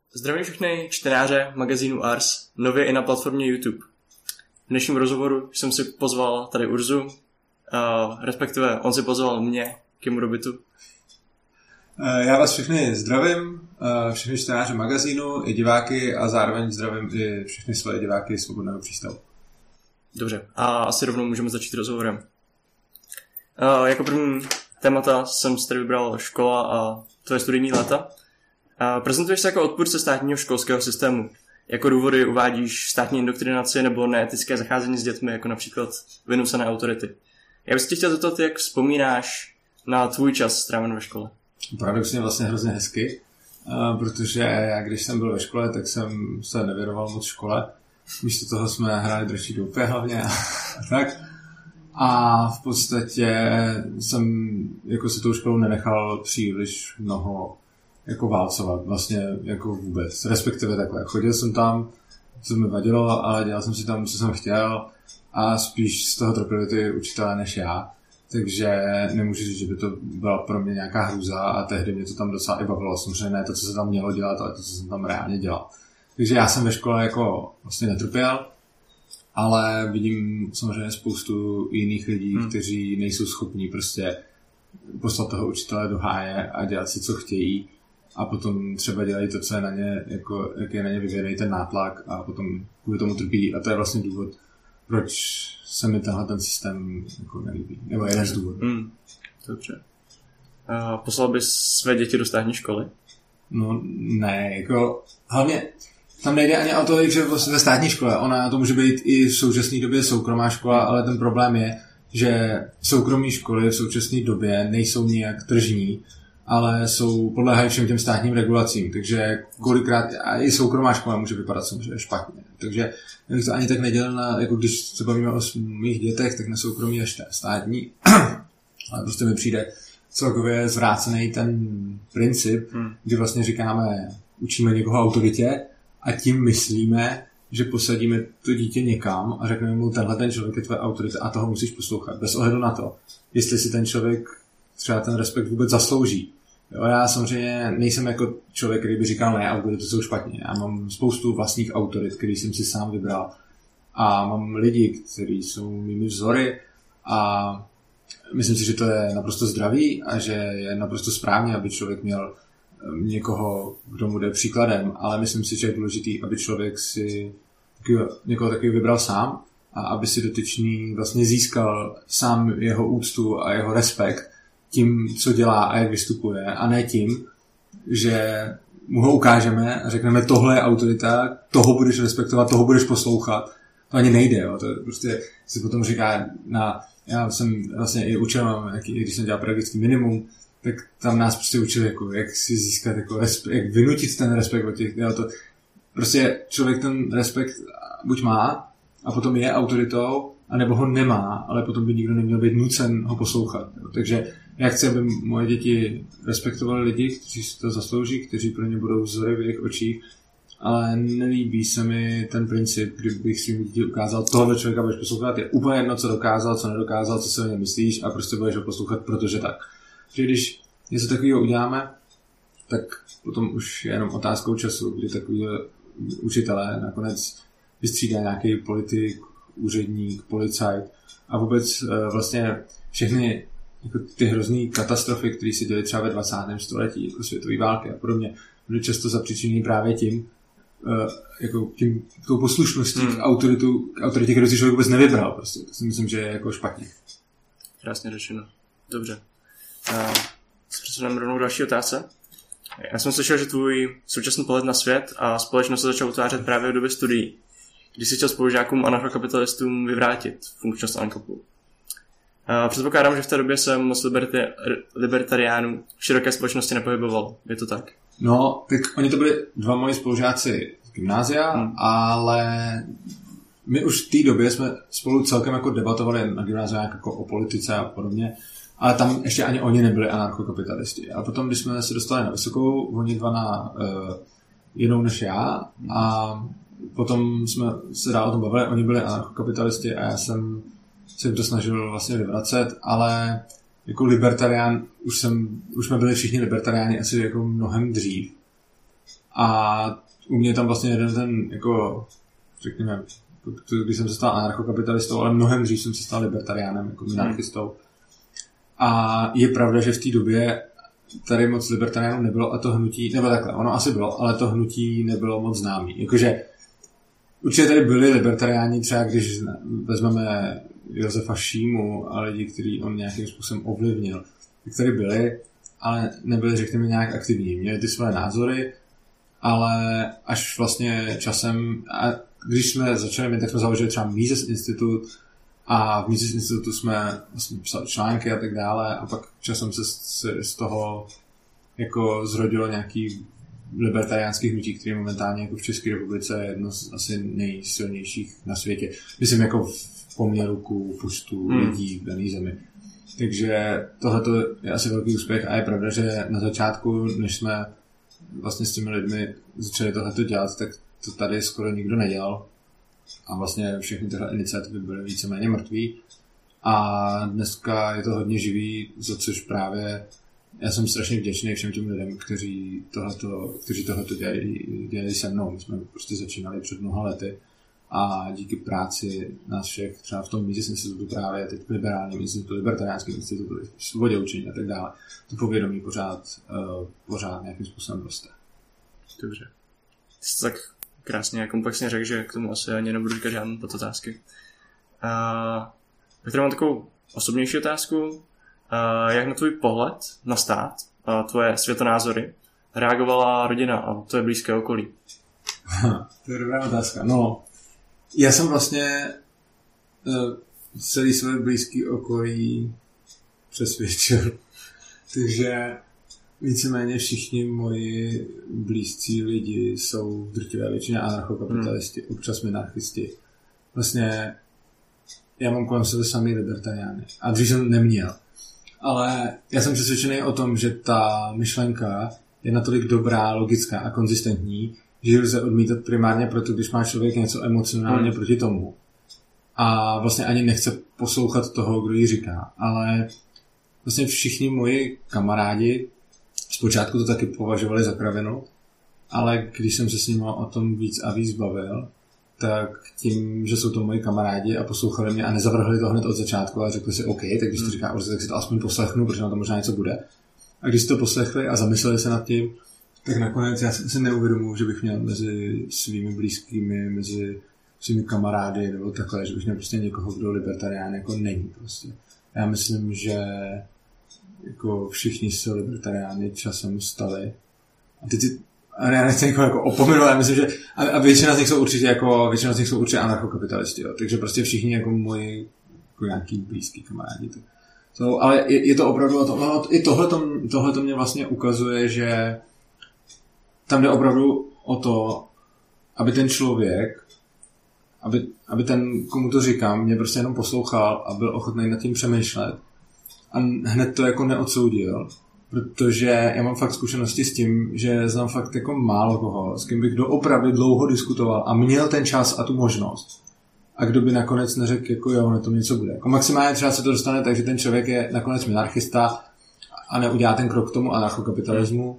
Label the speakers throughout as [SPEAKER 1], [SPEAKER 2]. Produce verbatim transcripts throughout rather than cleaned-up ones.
[SPEAKER 1] Zdravím všechny čtenáře magazínu Ars, nově i na platformě YouTube. V dnešním rozhovoru jsem si pozval tady Urzu, uh, respektive on si pozval mě k jemu do bytu.
[SPEAKER 2] Já vás všechny zdravím, všechny čtenáře magazínu i diváky a zároveň zdravím i všechny své diváky Svobodného přístavu.
[SPEAKER 1] Dobře, a asi rovnou můžeme začít rozhovorem. Uh, jako první témata jsem si tady vybral škola a tvoje studijní léta. Uh, prezentuješ se jako odpůrce státního školského systému. Jako důvody uvádíš státní indoktrinaci nebo neetické zacházení s dětmi, jako například vynucené autority. Já bych si chtěl zeptat, jak vzpomínáš na tvůj čas strávený ve škole.
[SPEAKER 2] Paradoxně vlastně hrozně hezky, uh, protože já, když jsem byl ve škole, tak jsem se nevěnoval moc škole. Místo toho jsme hráli dračí doupě hlavně a tak. A v podstatě jsem jako se tou školou nenechal příliš mnoho jako válcovat, vlastně jako vůbec, respektive takhle. Chodil jsem tam, co mi vadilo, ale dělal jsem si tam, co jsem chtěl a spíš z toho trpěli ty učitelé než já. Takže nemůžu říct, že by to byla pro mě nějaká hrůza a tehdy mě to tam docela i bavilo. Samozřejmě ne to, co se tam mělo dělat, ale to, co jsem tam reálně dělal. Takže já jsem ve škole jako vlastně netrpěl, ale vidím samozřejmě spoustu jiných lidí, hmm. kteří nejsou schopní prostě poslat toho učitele do háje a dělat si, co chtějí a potom třeba dělají to, co je na ně, jako, jak je na ně vyvěnej ten nátlak a potom kvůli tomu trpí a to je vlastně důvod, proč se mi tenhle ten systém jako nelíbí. Nebo jeden z důvodů.
[SPEAKER 1] Hmm. Dobře. A poslal bys své děti do státní školy?
[SPEAKER 2] No ne, jako hlavně tam nejde ani o to, že vlastně ve státní škole, ona to může být i v současné době soukromá škola, ale ten problém je, že soukromé školy v současné době nejsou nijak tržní, ale jsou podléhají všem těm státním regulacím, takže kolikrát a i soukromá škola může vypadat samozřejmě špatně. Takže bych to ani tak nedělal na, jako když se bavíme o mých dětech, tak na soukromí až státní, ale prostě mi přijde celkově zvrácený ten princip, hmm. kdy vlastně říkáme, učíme někoho autoritě a tím myslíme, že posadíme to dítě někam a řekneme mu, tenhle ten člověk je tvoje autorita a toho musíš poslouchat. Bez ohledu na to, jestli si ten člověk třeba ten respekt vůbec zaslouží. Jo, já samozřejmě nejsem jako člověk, který by říkal, ne, autority jsou špatně. Já mám spoustu vlastních autorit, který jsem si sám vybral. A mám lidi, kteří jsou mými vzory a myslím si, že to je naprosto zdravý a že je naprosto správně, aby člověk měl někoho, kdo mu jde příkladem, ale myslím si, že je důležitý, aby člověk si někoho takový vybral sám a aby si dotyčný vlastně získal sám jeho úctu a jeho respekt tím, co dělá a jak vystupuje, a ne tím, že mu ho ukážeme a řekneme, tohle je autorita, toho budeš respektovat, toho budeš poslouchat. To ani nejde, jo. To prostě si potom říká, na, já jsem vlastně i učil, když jsem dělal pedagogický minimum, tak tam nás prostě učili, jako, jak si získat, jako, respekt, jak vynutit ten respekt od těch, jo, to, prostě člověk ten respekt buď má a potom je autoritou, anebo ho nemá, ale potom by nikdo neměl být nucen ho poslouchat. Jo. Takže já chci, aby moje děti respektovali lidi, kteří si to zaslouží, kteří pro ně budou vzory v jejich očích, ale nelíbí se mi ten princip, kdybych svým děti ukázal, tohle člověka budeš poslouchat, je úplně jedno, co dokázal, co nedokázal, co si o něm myslíš a prostě budeš ho poslouchat, protože tak. Že když něco takového uděláme, tak potom už je jenom otázkou času, kdy takový učitelé nakonec vystřídá nějaký politik, úředník, policajt a vůbec vlastně všechny jako ty hrozný katastrofy, které se děly třeba ve dvacátém století, jako světové války a podobně, byly často zapříčiněny právě tím, jako tím, tou poslušností hmm. k autoritu, k autoritě, kterou si člověk vůbec nevybral. Prostě. To si myslím, že je jako špatně.
[SPEAKER 1] Krásně řečeno. Dobře. Uh, Přesuneme rovnou další otázce. Já jsem slyšel, že tvůj současný pohled na svět a společnost se začal utvářet právě v době studií, kdy jsi chtěl spolužákům anarchokapitalistům vyvrátit funkčnost ANKAPu. Uh, předpokládám, že v té době se moc liberti, libertariánů v široké společnosti nepohyboval. Je to tak?
[SPEAKER 2] No, tak oni to byli dva moji spolužáci z gymnázia, hmm. ale my už v té době jsme spolu celkem jako debatovali na gymnáziu jako o politice a podobně, ale tam ještě ani oni nebyli anarchokapitalisti. A potom, když jsme se dostali na vysokou, oni dva na uh, jinou než já a potom jsme se dál o tom bavili, oni byli anarchokapitalisti a já jsem se to snažil vlastně vyvracet, ale jako libertarián, už, jsem, už jsme byli všichni libertariáni asi jako mnohem dřív. A u mě tam vlastně jeden ten, jako, řekněme, když jsem se stal anarchokapitalistou, ale mnohem dřív jsem se stal libertariánem, jako minarchistou. A je pravda, že v té době tady moc libertariánů nebylo a to hnutí, nebo takhle, ono asi bylo, ale to hnutí nebylo moc známý. Jakože určitě tady byli libertariáni, třeba když vezmeme Josefa Šímu a lidi, který on nějakým způsobem ovlivnil, tak tady byli, ale nebyli, řekněme, nějak aktivní. Měli ty své názory, ale až vlastně časem, a když jsme začali mít, tak jsme založili třeba Mises Institut a v Mises Institutu jsme vlastně psali články a tak dále a pak časem se z, z toho jako zrodilo nějaký libertariánský hnutí, který je momentálně jako v České republice je jedno z asi nejsilnějších na světě. Myslím jako v poměru ku počtu hmm. lidí v dané zemi. Takže tohle je asi velký úspěch a je pravda, že na začátku, než jsme vlastně s těmi lidmi začali tohleto dělat, tak to tady skoro nikdo nedělal. A vlastně všechny tyhle iniciativy byly víceméně mrtví. A dneska je to hodně živý, za což právě já jsem strašně vděčný všem těm lidem, kteří tohleto, kteří tohleto dělají, dělají se mnou. My jsme prostě začínali před mnoha lety a díky práci nás všech, třeba v tom Mises Institutu právě, teď liberálním institutu, libertariánským institutu, svobodě učení a tak dále, to povědomí pořád, uh, pořád nějakým způsobem roste.
[SPEAKER 1] Dobře. Ty jsi tak krásně a komplexně řekl, že k tomu asi ani nebudu říkat žádné podotázky. A tak tady mám takovou osobnější otázku. A jak na tvůj pohled na stát a tvoje světonázory reagovala rodina a tvoje blízké okolí?
[SPEAKER 2] To je dobrá otázka. No, já jsem vlastně uh, celý své blízké okolí přesvědčil. Takže víceméně všichni moji blízcí lidi jsou v drtivé většině anarchokapitalisti, hmm. občas minarchisti. Vlastně já mám kolem sebe samý libertariány. A dřív jsem neměl. Ale já jsem přesvědčený o tom, že ta myšlenka je natolik dobrá, logická a konzistentní, že ji lze odmítat primárně proto, když má člověk něco emocionálně hmm. proti tomu. A vlastně ani nechce poslouchat toho, kdo ji říká. Ale vlastně všichni moji kamarádi zpočátku to taky považovali za kravinu, ale když jsem se s nimi o tom víc a víc bavil, tak tím, že jsou to moji kamarádi a poslouchali mě a nezavrhli to hned od začátku a řekli si OK, tak když to říká Orze, tak si to aspoň poslechnu, protože na to možná něco bude. A když si to poslechli a zamysleli se nad tím, tak nakonec já si neuvědomuji, že bych měl mezi svými blízkými, mezi svými kamarády nebo takhle, že bych měl prostě někoho, kdo libertarián jako není prostě. Já myslím, že jako všichni se libertariány časem stali. A ty ty a já nechci někoho jako opomenout, já myslím, že a, a většina z nich jsou určitě jako, většina z nich jsou určitě anarchokapitalisti, jo. Takže prostě všichni jako moji jako nějaký blízký kamarádi. To. So, ale je, je to opravdu, to, no, i tohle to mě vlastně ukazuje, že tam jde opravdu o to, aby ten člověk, aby, aby ten, komu to říkám, mě prostě jenom poslouchal a byl ochotný nad tím přemýšlet a hned to jako neodsoudil. Protože já mám fakt zkušenosti s tím, že znám fakt jako málo koho, s kým bych doopravdy dlouho diskutoval a měl ten čas a tu možnost. A kdo by nakonec neřekl, jako jo, na tom něco bude. Jako maximálně třeba se to dostane tak, že ten člověk je nakonec minarchista a neudělá ten krok k tomu anarchokapitalismu,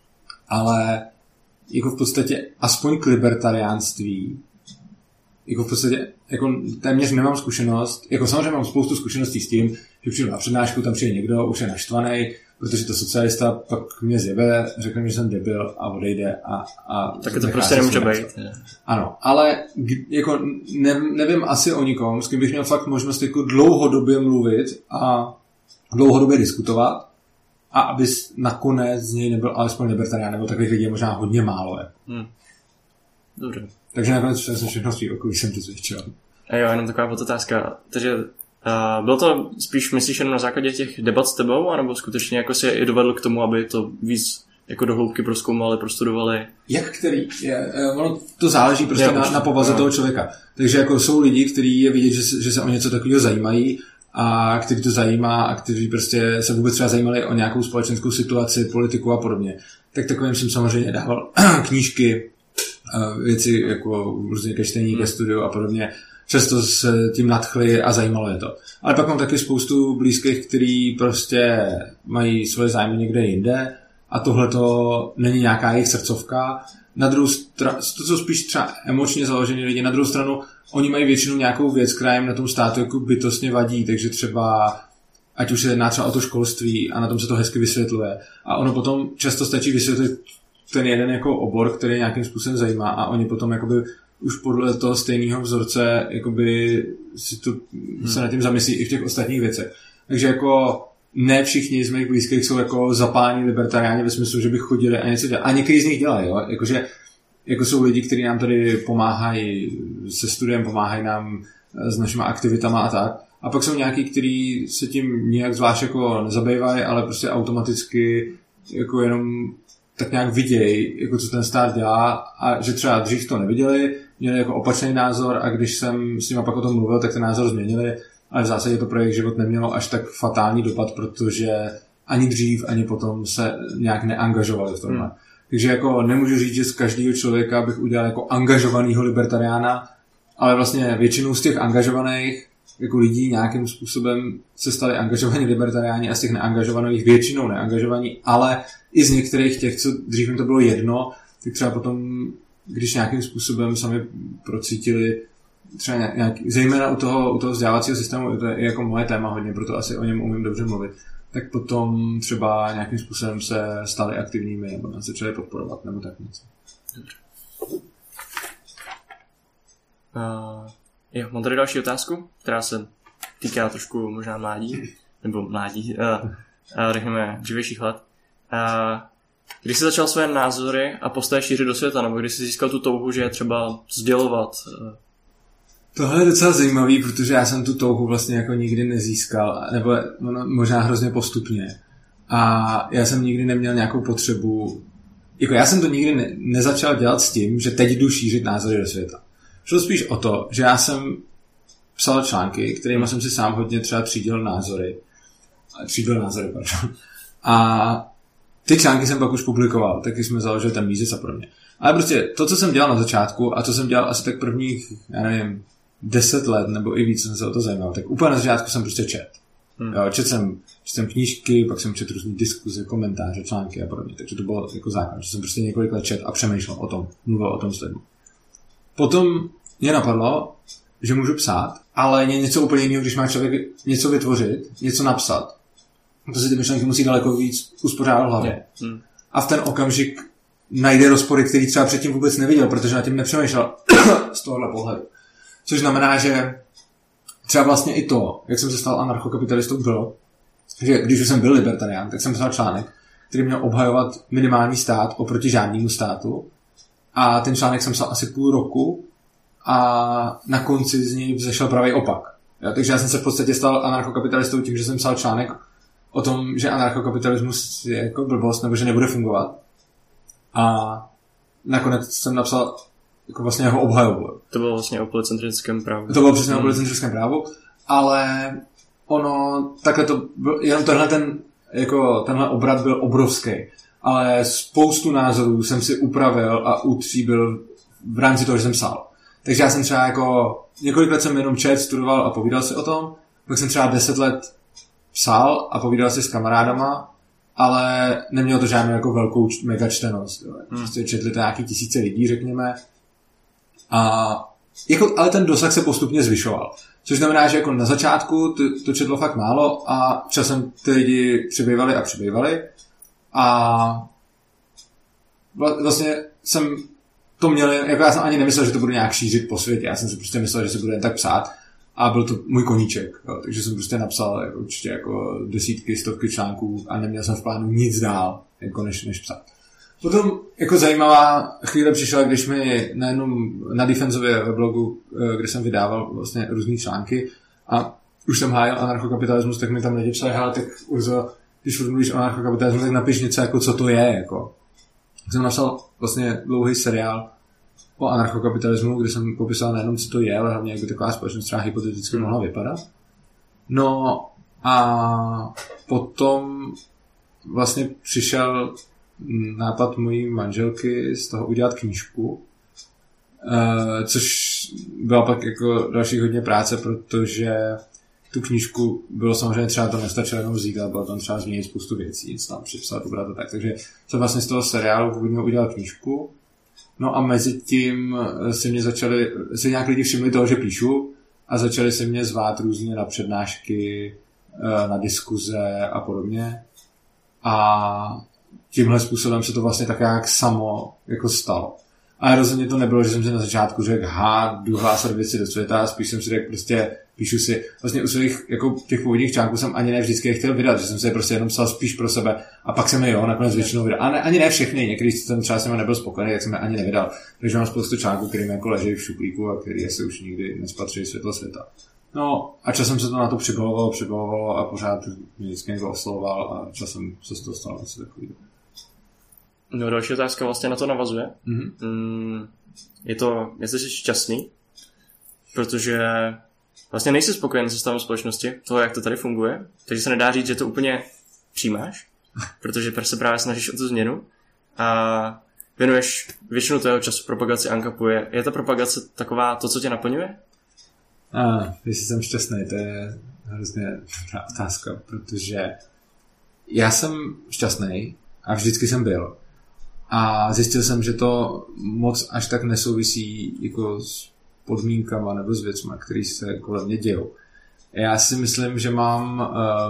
[SPEAKER 2] ale jako v podstatě aspoň k libertariánství, jako v podstatě jako téměř nemám zkušenost, jako samozřejmě mám spoustu zkušeností s tím, že přijdu na přednášku, tam přijde někdo, už je naštvaný, protože to socialista pak mě zjebe, řekne mi, že jsem debil a odejde a... a
[SPEAKER 1] tak to prostě nemůže být.
[SPEAKER 2] Ano, ale jako ne, nevím asi o nikom, s kým bych měl fakt možnost jako dlouhodobě mluvit a dlouhodobě diskutovat a aby nakonec z něj nebyl alespoň libertarián, nebo takových lidí je možná hodně málo. Hmm.
[SPEAKER 1] Dobře.
[SPEAKER 2] Takže nakonec jsem všechno svý okolí jsem přesvědčil.
[SPEAKER 1] A jo, jenom taková otázka. Takže uh, bylo to spíš, myslíš, jenom na základě těch debat s tebou, anebo skutečně jako si i dovedl k tomu, aby to víc jako do hloubky prozkoumali, prostudovali? Jak
[SPEAKER 2] který? Je, ono to záleží prostě jo, na, na povaze no. toho člověka. Takže jako jsou lidi, kteří je vidět, že, že se o něco takového zajímají a který to zajímá a kteří prostě se vůbec třeba zajímali o nějakou společenskou situaci, politiku a podobně. Tak takovým jsem samozřejmě dával knížky, věci jako různě ke čtení, ke studiu a podobně. Často se tím nadchli a zajímalo je to. Ale pak mám taky spoustu blízkých, kteří prostě mají svoje zájmy někde jinde a tohle to není nějaká jejich srdcovka na druhou stranu, to jsou spíš třeba emočně založený lidi, na druhou stranu oni mají většinou nějakou věc, která jim na tom státu jako bytostně vadí, takže třeba ať už se jedná třeba o to školství a na tom se to hezky vysvětluje. A ono potom často stačí vysvětlit ten jeden jako obor, který nějakým způsobem zajímá a oni potom jakoby už podle toho stejného vzorce jakoby si to, hmm. se nad tím zamyslí i v těch ostatních věcech. Takže jako ne všichni z mých blízkých jsou jako zapálení libertariáni ve smyslu, že by chodili a něco dělali. A některý z nich dělají, jo. Jakože jako jsou lidi, kteří nám tady pomáhají se studiem, pomáhají nám s našimi aktivitama a tak. A pak jsou nějaký, kteří se tím nějak zvlášť jako nezabývají, ale prostě automaticky jako jenom tak nějak vidějí, jako co ten stát dělá a že třeba dřív to neviděli, měli jako opačný názor a když jsem s nimi pak o tom mluvil, tak ten názor změnili, ale v zásadě to pro jejich život nemělo až tak fatální dopad, protože ani dřív, ani potom se nějak neangažovali v tomhle. Hmm. Takže jako nemůžu říct, že z každého člověka bych udělal jako angažovanýho libertariána, ale vlastně většinou z těch angažovaných jako lidí nějakým způsobem se stali angažovaní libertariáni a z těch neangažovaných většinou neangažovaní, ale i z některých těch, co dřív jim to bylo jedno, tak třeba potom, když nějakým způsobem sami procítili třeba nějak, zejména u toho, u toho vzdělávacího systému, to je jako moje téma hodně, proto asi o něm umím dobře mluvit, tak potom třeba nějakým způsobem se stali aktivními nebo nás začali podporovat, nebo tak něco.
[SPEAKER 1] Uh, jo, mám tady další otázku, která se týká trošku možná mládí, nebo mládí, uh, uh, řekněme dřívějších let. Uh, když jsi začal své názory a postoje šířit do světa, nebo když jsi získal tu touhu, že je třeba sdělovat? Uh...
[SPEAKER 2] Tohle je docela zajímavý, protože já jsem tu touhu vlastně jako nikdy nezískal, nebo možná hrozně postupně. A já jsem nikdy neměl nějakou potřebu, jako já jsem to nikdy ne, nezačal dělat s tím, že teď jdu šířit názory do světa. Šlo spíš o to, že já jsem psal články, kterými jsem si sám hodně třeba třídil názory. Třídil názory, pardon. A ty články jsem pak už publikoval, taky jsme založili ten Mízec a podobně. Ale prostě to, co jsem dělal na začátku a co jsem dělal asi tak prvních, já nevím, deset let nebo i víc jsem se o to zajímal, tak úplně na začátku jsem prostě čet. Hmm. Jo, čet jsem, čet jsem knížky, pak jsem čet různý diskuze, komentáře, články a podobně. Takže to bylo jako základ, že jsem prostě několik let čet a přemýšlel o tom, mluvil o tom s lidmi. Potom mě napadlo, že můžu psát, ale je něco úplně jiného, když má člověk něco vytvořit, něco napsat. To si ty myšlenky musí daleko víc uspořádat v hlavě. Hmm. A v ten okamžik najde rozpory, který třeba předtím vůbec neviděl, protože na tím nepřemýšlel z tohohle pohledu. Což znamená, že třeba vlastně i to, jak jsem se stal anarchokapitalistou, bylo, že když už jsem byl libertarián, tak jsem psal článek, který měl obhajovat minimální stát oproti žádnému státu. A ten článek jsem psal asi půl roku a na konci z něj vzešel pravý opak. Jo, takže já jsem se v podstatě stal anarchokapitalistou tím, že jsem psal článek o tom, že anarchokapitalismus je jako blbost nebo že nebude fungovat. A nakonec jsem napsal jako vlastně jeho obhajobu.
[SPEAKER 1] To bylo vlastně o policentrickém právu.
[SPEAKER 2] To bylo přesně hmm. o policentrickém právu, ale ono, takhle to byl, jenom tenhle ten, jako tenhle obrat byl obrovský, ale spoustu názorů jsem si upravil a utříbil v rámci toho, že jsem psal. Takže já jsem třeba jako několik let jsem jenom čet, studoval a povídal si o tom, pak jsem třeba deset let psal a povídal si s kamarádama, ale nemělo to žádnou jako velkou mega čtenost. Jo. Prostě četli to nějaký tisíce lidí, řekněme. A jako, ale ten dosah se postupně zvyšoval. Což znamená, že jako na začátku to, to četlo fakt málo a časem ty lidi přibývali a přibývali. A vlastně jsem to měl, jako já jsem ani nemyslel, že to budu nějak šířit po světě. Já jsem si prostě myslel, že se budu jen tak psát. A byl to můj koníček. Jo. Takže jsem prostě napsal jako, určitě jako desítky, stovky článků a neměl jsem v plánu nic dál, jako než, než psát. Potom jako zajímavá chvíle přišla, když mi nejenom na Defenzově blogu, kde jsem vydával vlastně různý články a už jsem hájil anarchokapitalismus, tak mi tam lidi psali, hele, tak Urzo, když mluvíš o anarchokapitalismu, tak napiš něco, jako co to je. Jako. Jsem napsal vlastně dlouhý seriál o anarchokapitalismu, kde jsem popisoval nejenom, co to je, ale hlavně, jak by taková společnost třeba hypoteticky mohla vypadat. No a potom vlastně přišel nápad mojí manželky z toho udělat knížku, což byla pak jako další hodně práce, protože tu knížku bylo samozřejmě třeba to nestačilo jenom vzít, ale bylo tam třeba změnit spoustu věcí, něco tam připsat, ubrat a tak. Takže jsem vlastně z toho seriálu původně udělal knížku No a mezi tím se mě začali, se nějak lidi všimli toho, že píšu a začali se mě zvát různě na přednášky, na diskuze a podobně. A tímhle způsobem se to vlastně tak nějak samo jako stalo. A rozhodně to nebylo, že jsem si na začátku řekl, ha, jdu hlásat věci do světa, spíš jsem si řekl, prostě píšu si, vlastně u svých jako těch původních článků jsem ani ne vždycky chtěl vydat, že jsem se je prostě jenom psal spíš pro sebe a pak jsem je jo, nakonec většinou vydal. A ne, ani ne všechny, někdy jsem třeba s nimi nebyl spokojený, tak jsem je ani nevydal. Takže mám spoustu článků, který jako leží v šuplíku a který asi už nikdy nespatří světlo světa. No a časem se to na to přibalovalo, přibalovalo a pořád mě vždycky někdo oslovoval a časem se z toho stalo něco takového.
[SPEAKER 1] No další otázka vlastně na to navazuje.
[SPEAKER 2] Mm-hmm.
[SPEAKER 1] Mm, je to, jestli jsi šťastný, protože vlastně nejsi spokojen se stavem společnosti, toho, jak to tady funguje, takže se nedá říct, že to úplně přijímáš, protože se právě snažíš o tu změnu a věnuješ většinu toho času propagaci ANCAPu. Je, je ta propagace taková to, co tě naplňuje?
[SPEAKER 2] A, jestli jsem šťastný, to je hrozně dobrá otázka, protože já jsem šťastný a vždycky jsem byl. A zjistil jsem, že to moc až tak nesouvisí jako s podmínkama nebo s věcma, které se kolem mě dějou. Já si myslím, že mám uh,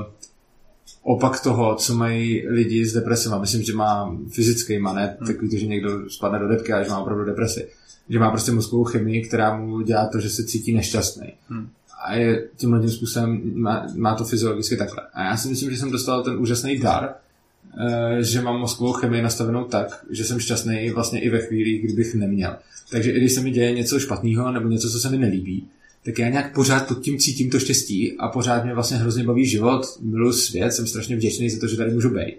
[SPEAKER 2] opak toho, co mají lidi s depresema. Myslím, že mám fyzický manet, hmm. takový to, že někdo spadne do depky a že má opravdu depresi. Že má prostě mozkovou chemii, která mu dělá to, že se cítí nešťastný. Hmm. A je tímhle tím způsobem, má, má to fyziologicky takhle. A já si myslím, že jsem dostal ten úžasný dar, že mám mozkovou chemii nastavenou tak, že jsem šťastný vlastně i ve chvíli, kdybych neměl. Takže i když se mi děje něco špatného nebo něco, co se mi nelíbí, tak já nějak pořád pod tím cítím to štěstí a pořád mě vlastně hrozně baví život, miluji svět, jsem strašně vděčný za to, že tady můžu být.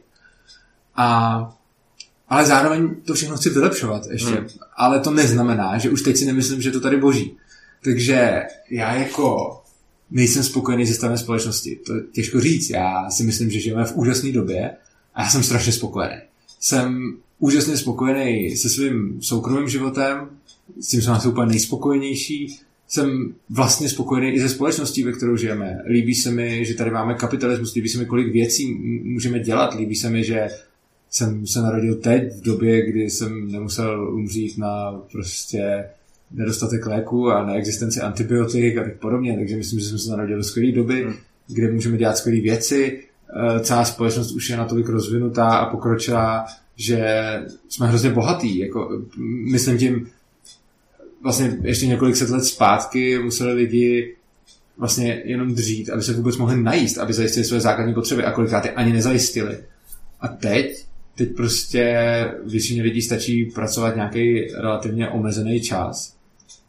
[SPEAKER 2] A ale zároveň to všechno chci vylepšovat ještě. Hmm. Ale to neznamená, že už teď si nemyslím, že to tady boží. Takže já jako nejsem spokojený se stavem společnosti. To je těžko říct. Já si myslím, že žijeme v úžasné době a já jsem strašně spokojený. Jsem úžasně spokojený se svým soukromým životem, s tím jsem asi úplně nejspokojenější. Jsem vlastně spokojený i se společností, ve kterou žijeme. Líbí se mi, že tady máme kapitalismus, líbí se mi, kolik věcí můžeme dělat, líbí se mi, že jsem se narodil teď v době, kdy jsem nemusel umřít na prostě nedostatek léku a na existenci antibiotik a tak podobně, takže myslím, že jsem se narodil do skvělé doby, hmm. kde můžeme dělat skvělé věci. Celá společnost už je natolik rozvinutá a pokročila, že jsme hrozně bohatý. Jako, myslím tím, vlastně ještě několik set let zpátky museli lidi vlastně jenom dřít, aby se vůbec mohli najíst, aby zajistili své základní potřeby a kolikrát je ani nezajistili. A teď, teď prostě většině lidí stačí pracovat nějaký relativně omezený čas,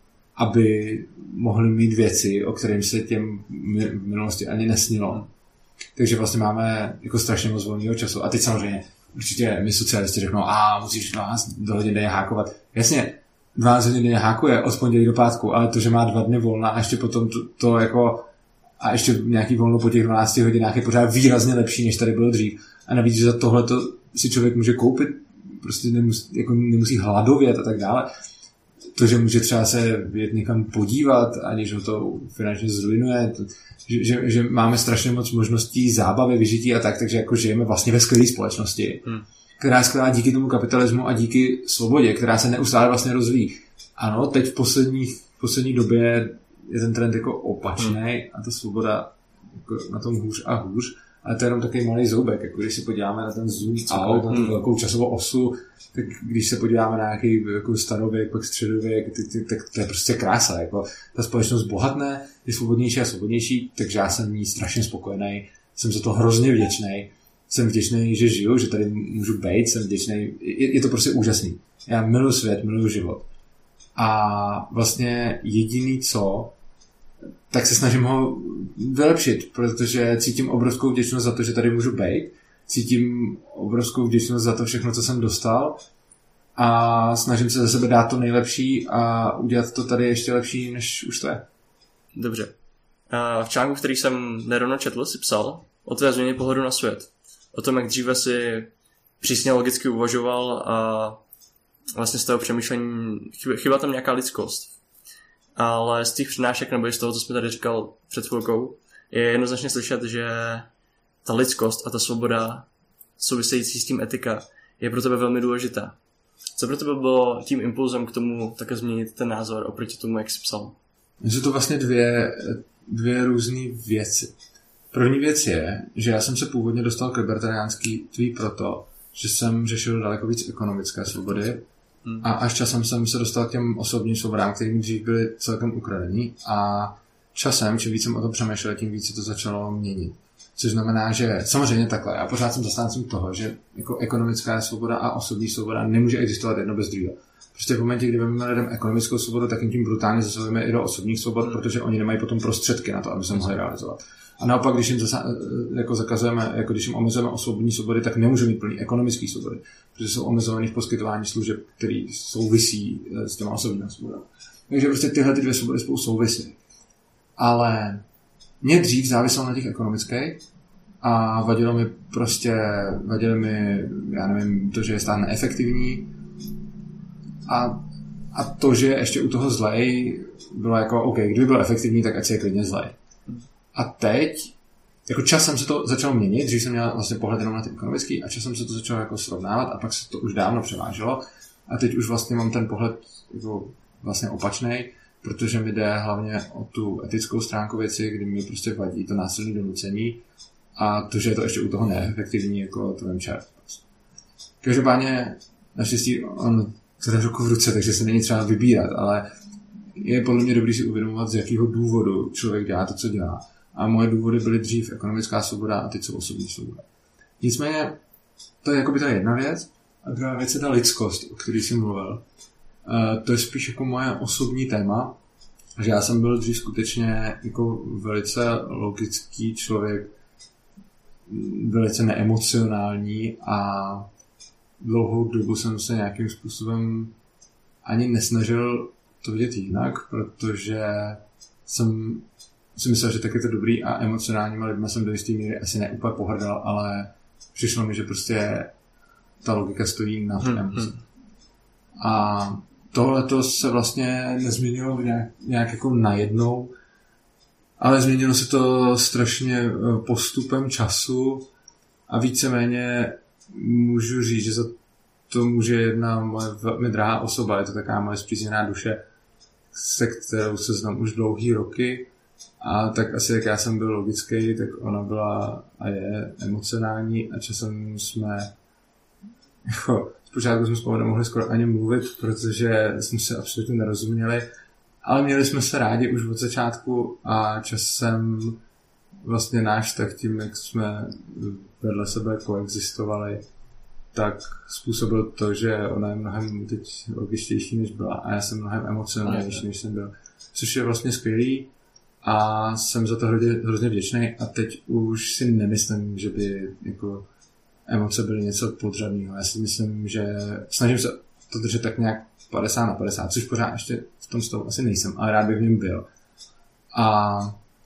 [SPEAKER 2] aby mohli mít věci, o kterým se těm v minulosti ani nesnilo. Takže vlastně máme jako strašně moc volného času. A teď samozřejmě určitě my socialisti řeknou, a musíš dvanáct do hodin denně hákovat. Jasně, dvanáct hodin denně hákuje od pondělí do pátku, ale to, že má dva dny volna a ještě potom to, to jako a ještě nějaký volno po těch dvanácti hodinách je pořád výrazně lepší, než tady bylo dřív. A navíc, že za tohleto si člověk může koupit, prostě nemusí, jako nemusí hladovět a tak dále. To, že může třeba se jet někam podívat, aniž ho to finančně zrujnuje, to, že, že, že máme strašně moc možností zábavy, vyžití a tak, takže jako žijeme vlastně ve skvělé společnosti, hmm. která je skvělá díky tomu kapitalismu a díky svobodě, která se neustále vlastně rozvíjí. Ano, teď v poslední, v poslední době je ten trend jako opačný hmm. a ta svoboda jako na tom hůř a hůř, ale to je jenom takový malý zoubek, jako když se podíváme na ten zoom out, na tu hmm. velkou časovou osu, tak když se podíváme na nějaký jako starověk, pak středověk, tak to je prostě krása. Jako, ta společnost bohatne, je svobodnější a svobodnější, takže já jsem ní strašně spokojený, jsem za to hrozně vděčný. Jsem vděčný, že žiju, že tady můžu být, jsem vděčný, je, je to prostě úžasný. Já miluji svět, miluji život. A vlastně jediný co, tak se snažím ho vylepšit, protože cítím obrovskou vděčnost za to, že tady můžu být, cítím obrovskou vděčnost za to všechno, co jsem dostal a snažím se za sebe dát to nejlepší a udělat to tady ještě lepší, než už to je.
[SPEAKER 1] Dobře. A v článku, který jsem nedávno četl, si psal o tvé změně pohledu na svět. O tom, jak dříve si přísně logicky uvažoval a vlastně z toho přemýšlení chyba tam nějaká lidskost. Ale z těch přednášek, nebo i z toho, co jsme tady říkal před chvilkou, je jednoznačně slyšet, že ta lidskost a ta svoboda související s tím etika je pro tebe velmi důležitá. Co pro tebe bylo tím impulzem k tomu také změnit ten názor oproti tomu, jak jsi psal?
[SPEAKER 2] Jsou to vlastně dvě, dvě různé věci. První věc je, že já jsem se původně dostal k libertariánský proto, že jsem řešil daleko víc ekonomické svobody hmm. a až časem jsem se dostal k těm osobním svobodám, kterým dřív byly celkem ukradení a časem, čím víc jsem o tom přemýšlel, tím víc se to začalo měnit. Což znamená, že samozřejmě takhle, já pořád jsem zastáncem toho, že jako ekonomická svoboda a osobní svoboda nemůže existovat jedno bez druhého. Prostě v momentě, kdy máme lidem ekonomickou svobodu, tak jim tím brutálně zasahujeme i do osobních svobod, hmm. protože oni nemají potom prostředky na to, aby se mohli realizovat. A naopak, když jim zasa, jako zakazujeme, jako když jim omezujeme osobní svobody, tak nemůže mít plný ekonomický svobody, protože jsou omezovaný v poskytování služeb, které souvisí s těma osobními svobodami. Takže prostě tyhle ty dvě svobody spolu souvisí. Ale mě dřív záviselo na těch ekonomických a vadilo mi prostě, vadilo mi, já nevím, to, že je stát neefektivní a, a to, že ještě u toho zlej bylo jako, OK, kdyby byl efektivní, tak ať si je klidně zlej. A teď, jako časem se to začalo měnit, dřív jsem měl vlastně pohled jenom na ty ekonomický a časem se to začalo jako srovnávat a pak se to už dávno převáželo a teď už vlastně mám ten pohled jako vlastně opačnej, protože mi jde hlavně o tu etickou stránku věci, kdy mi prostě vadí to násilné donucení a to, že je to ještě u toho neefektivní, jako to vím čert. Každopádně naštěstí on to dá ruku v ruce, takže se není třeba vybírat, ale je podle mě dobrý si uvědomovat, z jakého důvodu člověk dělá to, co dělá. A moje důvody byly dřív ekonomická svoboda a teď jsou osobní svoboda. Nicméně, to je jakoby ta jedna věc. A druhá věc je ta lidskost, o který jsem mluvil. Uh, to je spíš jako moje osobní téma, že já jsem byl dřív skutečně jako velice logický člověk, velice neemocionální a dlouhou dobu jsem se nějakým způsobem ani nesnažil to vidět jinak, protože jsem si myslel, že tak je to dobrý a emocionálníma lidma jsem do jisté míry asi neúplně pohrdal, ale přišlo mi, že prostě ta logika stojí nad hmm, emocí. Hmm. A tohleto se vlastně nezměnilo nějak, nějak jako najednou, ale změnilo se to strašně postupem času a víceméně můžu říct, že za to může jedna moje velmi drahá osoba, je to taková moje spřízněná duše, se kterou se znám už dlouhý roky a tak asi jak já jsem byl logický, tak ona byla a je emocionální a časem jsme jako zpočátku jsme spolu nemohli skoro ani mluvit, protože jsme se absolutně nerozuměli, ale měli jsme se rádi už od začátku a časem vlastně náš tak tím, jak jsme vedle sebe koexistovali, tak způsobil to, že ona je mnohem teď logičtější, než byla a já jsem mnohem emocionálnější, než jsem byl. Což je vlastně skvělý a jsem za to hrozně, hrozně vděčný a teď už si nemyslím, že by jako emoce byly něco podřadného. Já si myslím, že snažím se to držet tak nějak padesát na padesát, což pořád ještě v tom stavu asi nejsem, ale rád bych v něm byl. A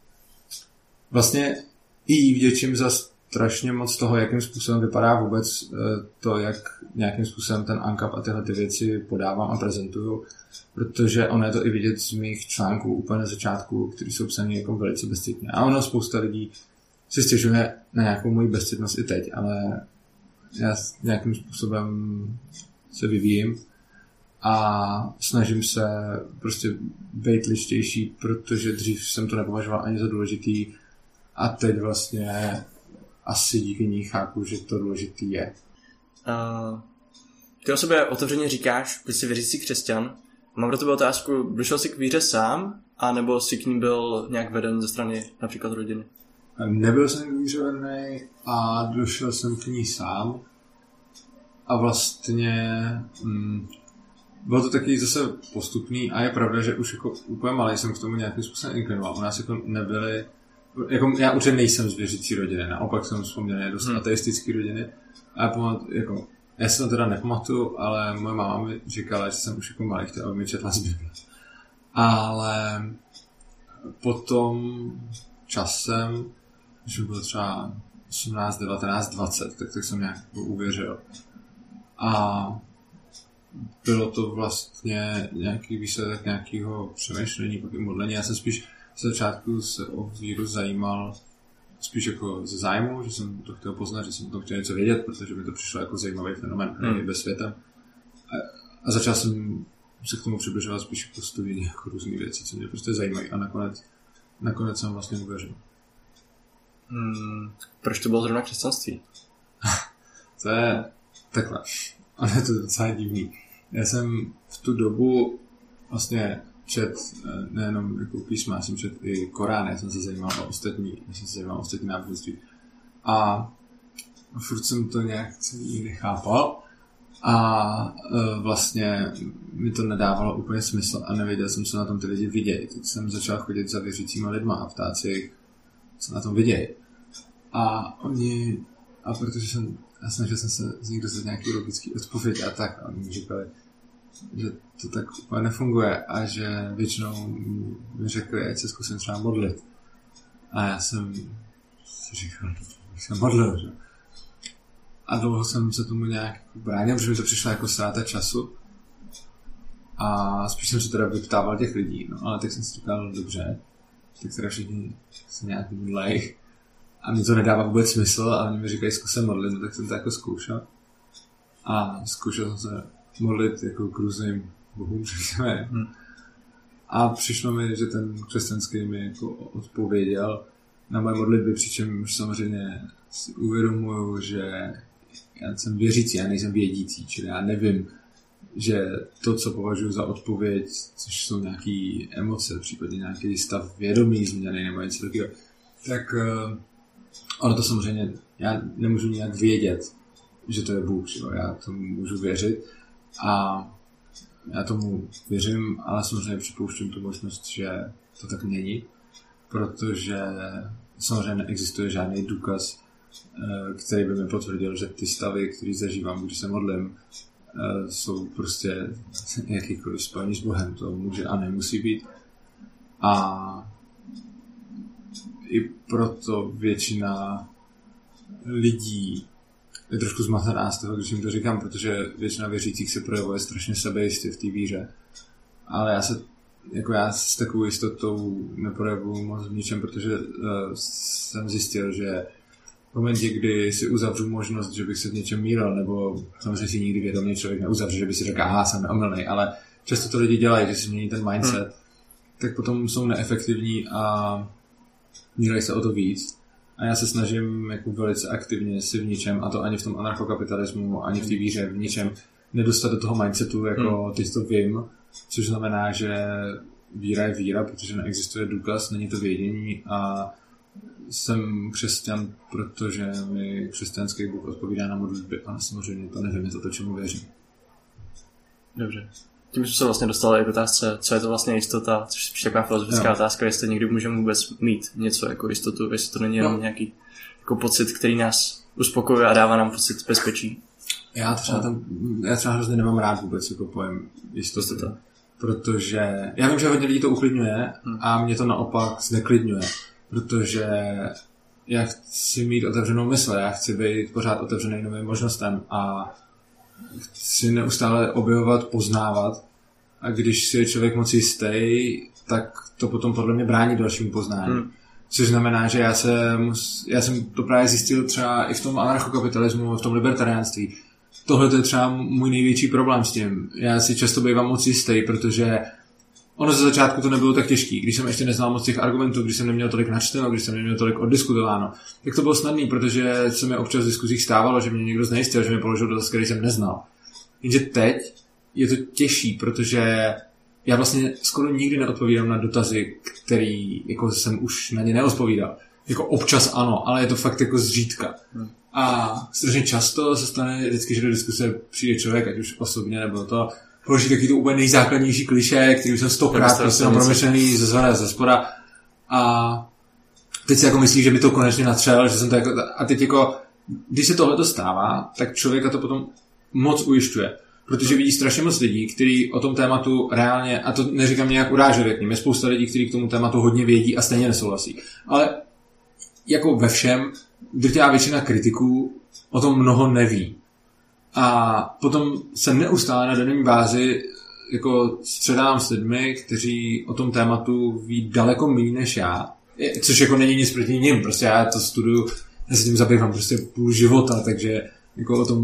[SPEAKER 2] vlastně i vděčím za strašně moc toho, jakým způsobem vypadá vůbec to, jak nějakým způsobem ten ANCAP a tyhle ty věci podávám a prezentuju, protože ono je to i vidět z mých článků úplně na začátku, který jsou psaný jako velice bezcitně. A ono spousta lidí si stěžuje na nějakou moji bezcitnost i teď, ale já nějakým způsobem se vyvíjím a snažím se prostě být ličtější, protože dřív jsem to nepovažoval ani za důležitý a teď vlastně asi díky ní chápu, že to důležitý je.
[SPEAKER 1] Uh, ty o sobě otevřeně říkáš, že jsi věřící křesťan. Mám pro tebe otázku, došel jsi k víře sám, anebo jsi k ní byl nějak veden ze strany například rodiny?
[SPEAKER 2] Nebyl jsem k víře vedený a došel jsem k ní sám. A vlastně mm, bylo to taky zase postupný a je pravda, že už jako úplně malý jsem k tomu nějakým způsobem inklinoval. U nás jako nebyly, jako já určitě nejsem z věřící rodiny, naopak jsem vzpomněl dost hmm. ateistický rodiny. A já pamatuju, jako, já si to teda nepamatuju, ale moje máma mi říkala, že jsem už jako malý chtěl, aby mi četla z Bible. Ale potom časem, když bylo třeba osmnáct, devatenáct, dvacet, tak, tak jsem nějak uvěřil. A bylo to vlastně nějaký výsledek nějakého přemýšlení, pak i modlení. Já jsem spíš z začátku se o víru zajímal spíš jako ze zájmu, že jsem to chtěl poznat, že jsem o tom chtěl něco vědět, protože mi to přišlo jako zajímavý fenomén, který je bez světem. A začal jsem se k tomu přibližovat spíš jako studijně jako různý věci, co mě prostě zajímají a nakonec, nakonec jsem vlastně uvěřil.
[SPEAKER 1] Hmm, proč to bylo zrovna křesťanství?
[SPEAKER 2] To je takhle. Ale je to docela divný. Já jsem v tu dobu vlastně čet nejenom jako písma, já jsem čet i Korán, já jsem se zajímal o ostatní, já jsem se zajímal o ostatní náboženství. A furt jsem to nějak celý nechápal a vlastně mi to nedávalo úplně smysl a nevěděl jsem, co na tom ty lidi vidějí. Teď jsem začal chodit za věřícíma lidma a ptát se jich, co na tom vidějí. A oni, a protože jsem, já snažil jsem se z nich dostat nějaký logický odpověď a tak, a oni mi říkali, že to tak úplně nefunguje a že většinou mi řekli, ať se zkusím třeba modlit. A já jsem si říkal, že jsem modlil, že? A dlouho jsem se tomu nějak bránil, protože mi to přišlo jako ztráta času. A spíš jsem se teda vyptával těch lidí, no ale tak jsem si říkal, dobře, tak teda všichni se nějak modlej. A mi to nedává vůbec smysl a oni mi říkají, zkusím modlit, no tak jsem to jako zkoušel. A zkoušel jsem se modlit jako k různým bohům, řekněme. Hmm. A přišlo mi, že ten křesťanský mi jako odpověděl na moje modlitby, přičemž samozřejmě si uvědomuju, že já jsem věřící, já nejsem vědící, čili já nevím, že to, co považuji za odpověď, což jsou nějaké emoce, případně nějaký stav vědomí změny nebo něco takového, tak uh, ono to samozřejmě, já nemůžu nějak vědět, že to je Bůh, že jo? Já tomu můžu věřit a já tomu věřím, ale samozřejmě připouštím tu možnost, že to tak není, protože samozřejmě neexistuje žádný důkaz, který by mi potvrdil, že ty stavy, které zažívám, když se modlím, jsou prostě jakýkoliv spojení s Bohem. To může a nemusí být. A i proto většina lidí je trošku zmatená z toho, když jim to říkám, protože většina věřících se projevuje strašně sebejistě v té víře. Ale já se, jako já s takovou jistotou neprojevuju moc v ničem, protože uh, jsem zjistil, že v momentě, kdy si uzavřu možnost, že bych se v něčem mýlil, nebo samozřejmě si nikdy vědomě člověk neuzavře, že by si řekl, aha, jsem neomylnej, ale často to lidi dělají, že si mění ten mindset, hmm. tak potom jsou neefektivní a mýlají se o to víc. A já se snažím jako velice aktivně si v ničem, a to ani v tom anarchokapitalismu, ani v té víře, v ničem nedostat do toho mindsetu, jako hmm. teď to vím, což znamená, že víra je víra, protože neexistuje důkaz, není to vědění a jsem křesťan, protože mi křesťanský Bůh odpovídá na modlitby, ale samozřejmě to nevím, je to to, čemu věřím.
[SPEAKER 1] Dobře. Tím jsme se vlastně dostali k otázce, co je to vlastně jistota, což je taková filozofická no. otázka, jestli někdy můžeme vůbec mít něco jako jistotu, jestli to není jenom no. nějaký jako pocit, který nás uspokojuje a dává nám pocit bezpečí.
[SPEAKER 2] Já třeba, tam, já třeba hrozně nemám rád vůbec jako pojem jistota, protože já vím, že hodně lidí to uklidňuje hmm. a mě to naopak zneklidňuje, protože já chci mít otevřenou mysl, já chci být pořád otevřený novým možnostem a chci neustále objevovat, poznávat a když si je člověk moc jistý, tak to potom podle mě brání dalšímu poznání. Hmm. Což znamená, že já, se mus, já jsem to právě zjistil třeba i v tom anarchokapitalismu, v tom libertariánství. Tohle to je třeba můj největší problém s tím. Já si často bývám moc jistý, protože ono ze začátku to nebylo tak těžký. Když jsem ještě neznal moc těch argumentů, když jsem neměl tolik načteno, když jsem neměl tolik oddiskutováno, tak to bylo snadný, protože se mi občas v diskuzích stávalo, že mě někdo znejistil, že mi položil dotaz, který jsem neznal. Jenže teď je to těžší, protože já vlastně skoro nikdy neodpovídám na dotazy, který jako jsem už na ně neodpovídal. Jako občas ano, ale je to fakt jako zřídka. Hmm. A strašně často se stane vždycky, že do diskuse přijde člověk, ať už osobně nebo to, položí taky to úplně nejzákladnější klišé, který už jsem stokrát prostě mám promyšlený ze zhora, ze spoda. A teď si jako myslí, že by to konečně natřel, že jsem to jako, a teď jako, když se tohle stává, tak člověka to potom moc ujišťuje. Protože vidí strašně moc lidí, kteří o tom tématu reálně, a to neříkám nějak urážlivě k nim, je spousta lidí, kteří k tomu tématu hodně vědí a stejně nesouhlasí. Ale jako ve všem, drtivá většina kritiků o tom mnoho neví. A potom se neustále na denní bázi jako středám s lidmi, kteří o tom tématu ví daleko méně než já. Což jako není nic proti nim, prostě já to studuju, já se tím zabývám prostě půl života, takže jako o tom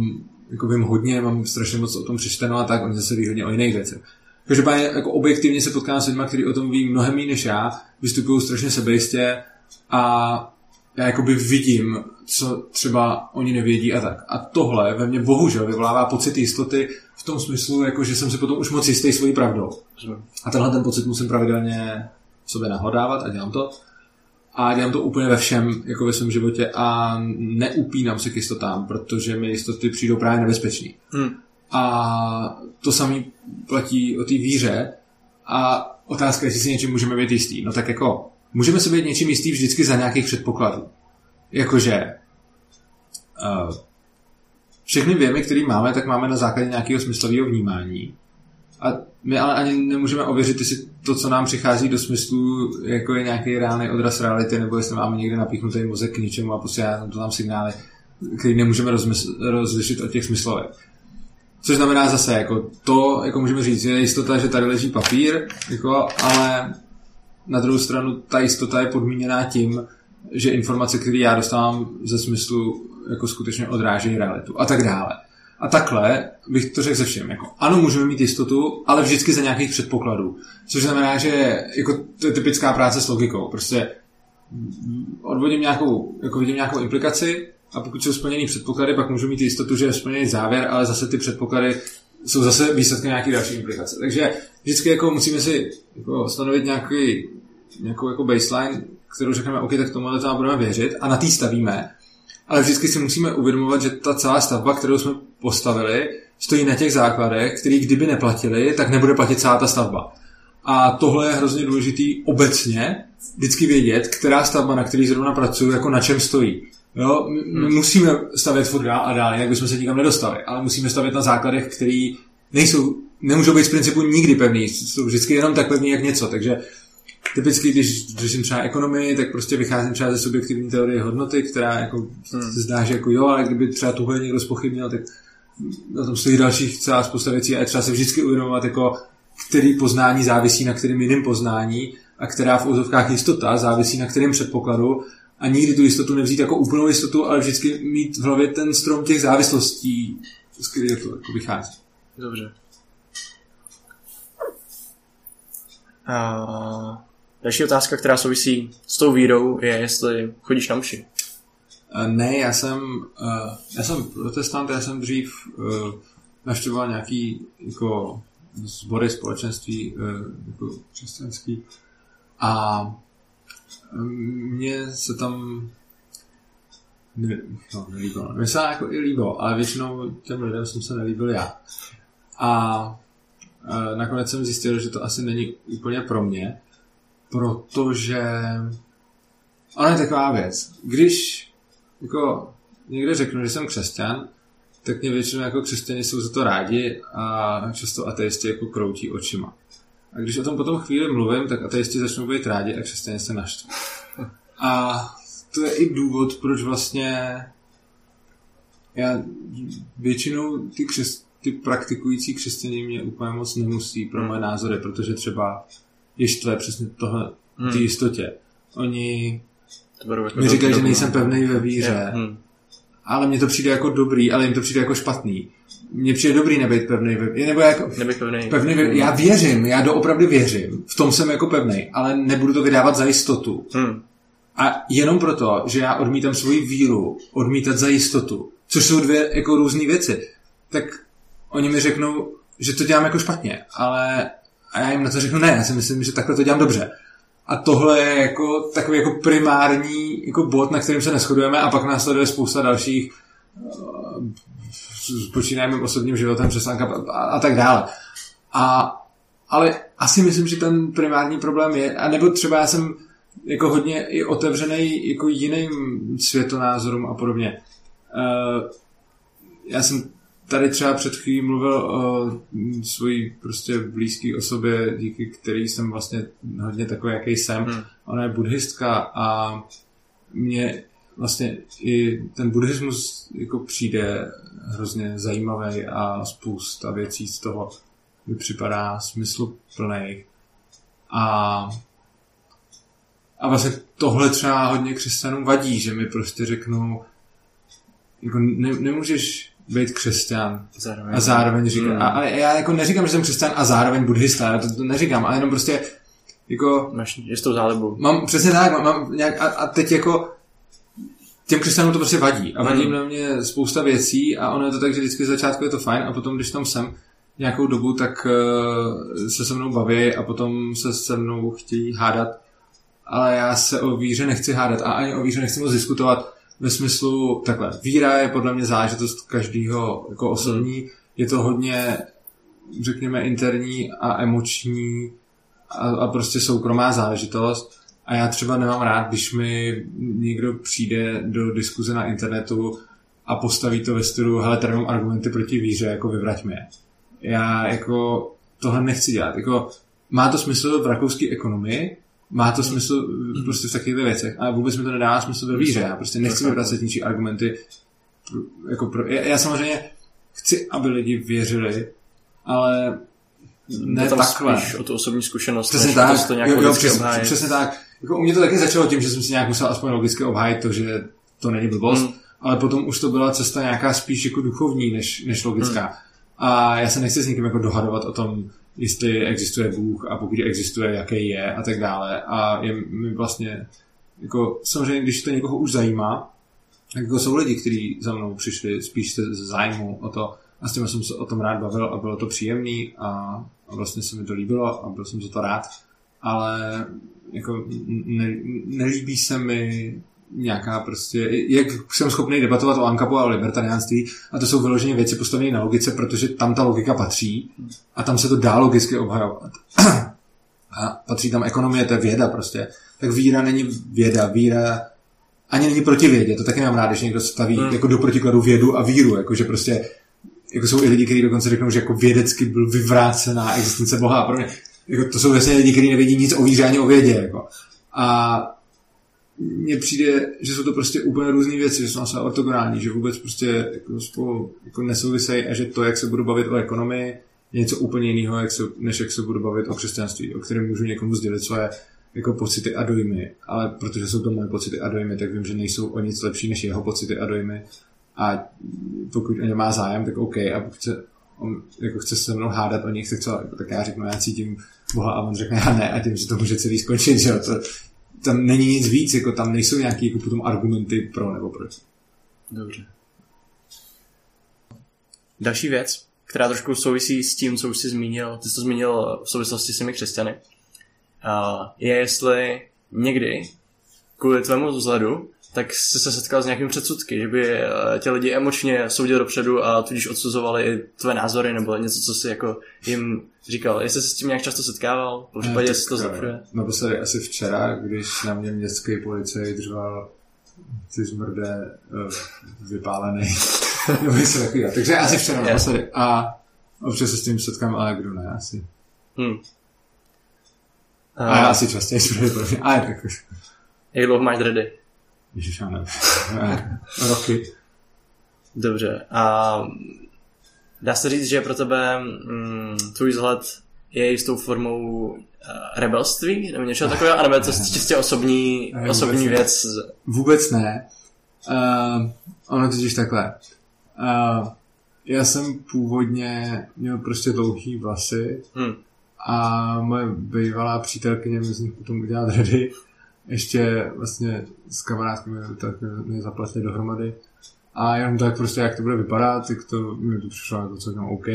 [SPEAKER 2] jako vím hodně, mám strašně moc o tom přečteno a tak, oni zase ví hodně o jiných věcech. Každopádně jako objektivně se potkám s lidmi, kteří o tom ví mnohem méně než já, vystupují strašně sebejistě a já jakoby vidím, co třeba oni nevědí a tak. A tohle ve mně bohužel vyvolává pocit jistoty v tom smyslu, jako že jsem si potom už moc jistý svojí pravdou. A tenhle ten pocit musím pravidelně v sobě nahledávat a dělám to. A dělám to úplně ve všem, jako ve svém životě a neupínám se k jistotám, protože mi jistoty přijdou právě nebezpečný. Hmm. A to samé platí o té víře a otázka, jestli si něčím můžeme být jistý. No tak jako, můžeme se být něčím jistý vždycky za nějakých předpokladů. Jakože uh, všechny věmy, které máme, tak máme na základě nějakého smyslového vnímání. A my ale ani nemůžeme ověřit, jestli to, co nám přichází do smyslu, jako je nějaký reálný odraz reality, nebo jestli máme někde napíchnutý mozek k ničemu a posílá to nám signály, který nemůžeme rozmysl- rozlišit od těch smyslovek. Což znamená zase, jako to, jako můžeme říct, je jistota, že tady leží papír, jako, ale na druhou stranu ta jistota je podmíněná tím, že informace, které já dostávám ze smyslu, jako skutečně odrážejí realitu a tak dále. A takhle bych to řekl se všem. Jako, ano, můžeme mít jistotu, ale vždycky za nějakých předpokladů. Což znamená, že jako, to je typická práce s logikou. Prostě odvodím nějakou, jako vidím nějakou implikaci a pokud jsou splněný předpoklady, pak můžu mít jistotu, že je splněný závěr, ale zase ty předpoklady jsou zase výsledky nějaké další implikace. Takže vždycky jako musíme si jako stanovit nějaký, nějakou jako baseline, kterou řekneme, OK, tak tomuhle tam budeme věřit a na tý stavíme. Ale vždycky si musíme uvědomovat, že ta celá stavba, kterou jsme postavili, stojí na těch základech, který kdyby neplatili, tak nebude platit celá ta stavba. A tohle je hrozně důležitý obecně vždycky vědět, která stavba, na který zrovna pracuju, jako na čem stojí. Jo? My musíme stavět furt dál a dál, jinak bychom se nikam nedostali, ale musíme stavět na základech, který nejsou, nemůžou být z principu nikdy pevný, jsou vždycky jenom tak pevný jak něco, takže typicky, když řeším třeba ekonomii, tak prostě vycházím třeba ze subjektivní teorie hodnoty, která jako hmm. se zdá, že jako jo, ale kdyby třeba tuhle někdo zpochybnil, tak na tom stojí dalších celá spousta věcí a je třeba se vždycky uvědomovat, jako který poznání závisí na kterým jiným poznání a která v úzovkách jistota závisí na kterým předpokladu a nikdy tu jistotu nevzít jako úplnou jistotu, ale vždycky mít v hlavě ten strom těch závislostí, z kterých to jako vychází.
[SPEAKER 1] Dobře. A další otázka, která souvisí s tou vírou, je, jestli chodíš na mši.
[SPEAKER 2] Ne, já jsem, já jsem protestant, já jsem dřív navštěvoval nějaký jako sbory společenství jako křesťanský a mně se tam ne, no, nelíbilo. Mně se jako i líbilo, ale většinou těm lidem jsem se nelíbil já. A nakonec jsem zjistil, že to asi není úplně pro mě, protože ale je taková věc. Když jako někde řeknu, že jsem křesťan, tak mě většinou jako křesťani jsou za to rádi a často ateisti jako kroutí očima. A když o tom potom chvíli mluvím, tak ateisti začnou být rádi a křesťani se naštví. A to je i důvod, proč vlastně já většinou ty, křes, ty praktikující křesťani mě úplně moc nemusí pro moje názory, protože třeba je štve přesně tohle, hmm. ty jistotě. Oni mi říkají, že nejsem pevný ve víře, hmm. ale mně to přijde jako dobrý, ale jim to přijde jako špatný. Mně přijde dobrý nebejt pevný ve víře. Nebo jako
[SPEAKER 1] nebejt pevný.
[SPEAKER 2] pevný ve... Já věřím, já doopravdy věřím. V tom jsem jako pevný, ale nebudu to vydávat za jistotu. Hmm. A jenom proto, že já odmítám svoji víru, odmítat za jistotu, což jsou dvě jako různé věci, tak oni mi řeknou, že to dělám jako špatně, ale a já jim na to řeknu ne, já si myslím, že takhle to dělám dobře. A tohle je jako takový jako primární jako bod, na kterým se neshodujeme a pak následuje spousta dalších uh, počínaje mým osobním životem, přesánka a, a tak dále. A, ale asi myslím, že ten primární problém je, a nebo třeba já jsem jako hodně i otevřený jako jiným světonázorům a podobně. Uh, já jsem tady třeba před chvílí mluvil o svojí prostě blízké osobě, díky který jsem vlastně hodně takový, jaký jsem. Hmm. Ona je buddhistka a mně vlastně i ten buddhismus jako přijde hrozně zajímavý a spousta věcí z toho mi připadá smysluplných. A, a vlastně tohle třeba hodně křesťanům vadí, že mi prostě řeknou jako ne, nemůžeš být křesťan
[SPEAKER 1] zároveň.
[SPEAKER 2] a zároveň říkat,
[SPEAKER 1] hmm.
[SPEAKER 2] a, a já jako neříkám, že jsem křesťan a zároveň buddhista, já to, to neříkám, ale jenom prostě jako...
[SPEAKER 1] Máš jistou zálibu.
[SPEAKER 2] Mám, přesně tak, mám, mám nějak, a, a teď jako těm křesťanům to prostě vadí a vadí hmm. na mě spousta věcí a ono je to tak, že vždycky z začátku je to fajn a potom, když tam jsem nějakou dobu, tak uh, se se mnou baví a potom se se mnou chtějí hádat, ale já se o víře nechci hádat a ani o víře nechci moc diskutovat ve smyslu takhle. Víra je podle mě záležitost každého jako osobní, je to hodně, řekněme, interní a emoční a, a prostě soukromá záležitost. A já třeba nemám rád, když mi někdo přijde do diskuze na internetu a postaví to ve stylu, hele, tady mám argumenty proti víře, jako vyvrať mě. Já jako tohle nechci dělat. Jako, má to smysl v rakouské ekonomii, má to smysl prostě v takových věcech, ale vůbec mi to nedává smysl ve víře. Já prostě nechci vyvracet ničí argumenty. Jako pro, já, já samozřejmě chci, aby lidi věřili, ale ne
[SPEAKER 1] tam
[SPEAKER 2] takhle.
[SPEAKER 1] Spíš o tu osobní zkušenost,
[SPEAKER 2] přesně
[SPEAKER 1] než
[SPEAKER 2] tak,
[SPEAKER 1] to nějak
[SPEAKER 2] jo, jo,
[SPEAKER 1] logicky
[SPEAKER 2] přes,
[SPEAKER 1] obhájit.
[SPEAKER 2] Přesně tak. Jako u mě to taky začalo tím, že jsem si nějak musel aspoň logicky obhájit to, že to není blbost, hmm. ale potom už to byla cesta nějaká spíš jako duchovní, než, než logická. Hmm. A já se nechci s někým jako dohadovat o tom, jestli existuje Bůh a pokud existuje, jaký je a tak dále. A je mi vlastně, jako samozřejmě, když to někoho už zajímá, tak jako jsou lidi, kteří za mnou přišli spíš ze zájmu o to a s těmi jsem se o tom rád bavil a bylo to příjemný a, a vlastně se mi to líbilo a byl jsem za to rád. Ale jako ne, nelíbí se mi nějaká prostě, jak jsem schopný debatovat o ANCAPu a o libertariánství a to jsou vyloženě věci postavené na logice, protože tam ta logika patří a tam se to dá logicky obhajovat. A patří tam ekonomie, to je věda prostě. Tak víra není věda, víra ani není proti vědě, to taky nám rád, když někdo staví hmm. jako do protikladu vědu a víru, jakože prostě jako jsou i lidi, kteří dokonce řeknou, že jako vědecky byl vyvrácená existence Boha a pro mě. Jako to jsou vlastně lidi, kteří nevědí nic o víře ani o vědě. Jako. A mně přijde, že jsou to prostě úplně různé věci, že jsou vlastně ortogonální, že vůbec prostě jako spolu jako nesouvisejí a že to, jak se budu bavit o ekonomii, je něco úplně jiného, jak se, než jak se budu bavit o křesťanství, o kterém můžu někomu sdělit své jako pocity a dojmy, ale protože jsou to moje pocity a dojmy, tak vím, že nejsou o nic lepší než jeho pocity a dojmy a pokud o ně má zájem, tak OK, a pokud se, on jako chce se mnou hádat o nich, tak, co, tak já řeknu, já cítím Boha a on řekne já ne a tím, že to může celý skončit, že jo, to, tam není nic víc, jako tam nejsou nějaký jako potom argumenty pro nebo proti.
[SPEAKER 1] Dobře. Další věc, která trošku souvisí s tím, co už jsi zmínil, ty jsi to zmínil v souvislosti s těmi křesťany, je jestli někdy kvůli tvému vzhledu tak jsi se setkal s nějakými předsudky, že by tě lidi emočně soudili dopředu a tudíž odsuzovali i tvé názory nebo něco, co jsi jako jim říkal. Jestli jsi s tím nějak často setkával? Po případě, jestli to zlepšuje?
[SPEAKER 2] No posledně asi včera, když na mě městský policajt řval ty zmrde uh, vypálený. Nebo něco takového. Takže asi včera yeah. naposledy. A občas se s tím setkám, ale kdo ne, asi. Hmm. A, a já asi častěji zprávě pro mě. Ale tak už.
[SPEAKER 1] Jak dlouho máš dready?
[SPEAKER 2] Ježiš, já nevím. Roky.
[SPEAKER 1] Dobře. A dá se říct, že pro tebe mm, tvůj vzhled je jistou formou uh, rebelství? Nebo něčeho takového? A nebo je to čistě osobní, ne, osobní
[SPEAKER 2] vůbec
[SPEAKER 1] věc?
[SPEAKER 2] Ne. Vůbec ne. Uh, ono totiž takhle. Uh, já jsem původně měl prostě dlouhý vlasy hmm. a moje bývalá přítelkyně mi z nich potom udělala dready. Ještě vlastně s kamarádkami tak mě zapletli dohromady. A jenom tak prostě, jak to bude vypadat, tak to mi to přišlo jako celkem OK. Uh,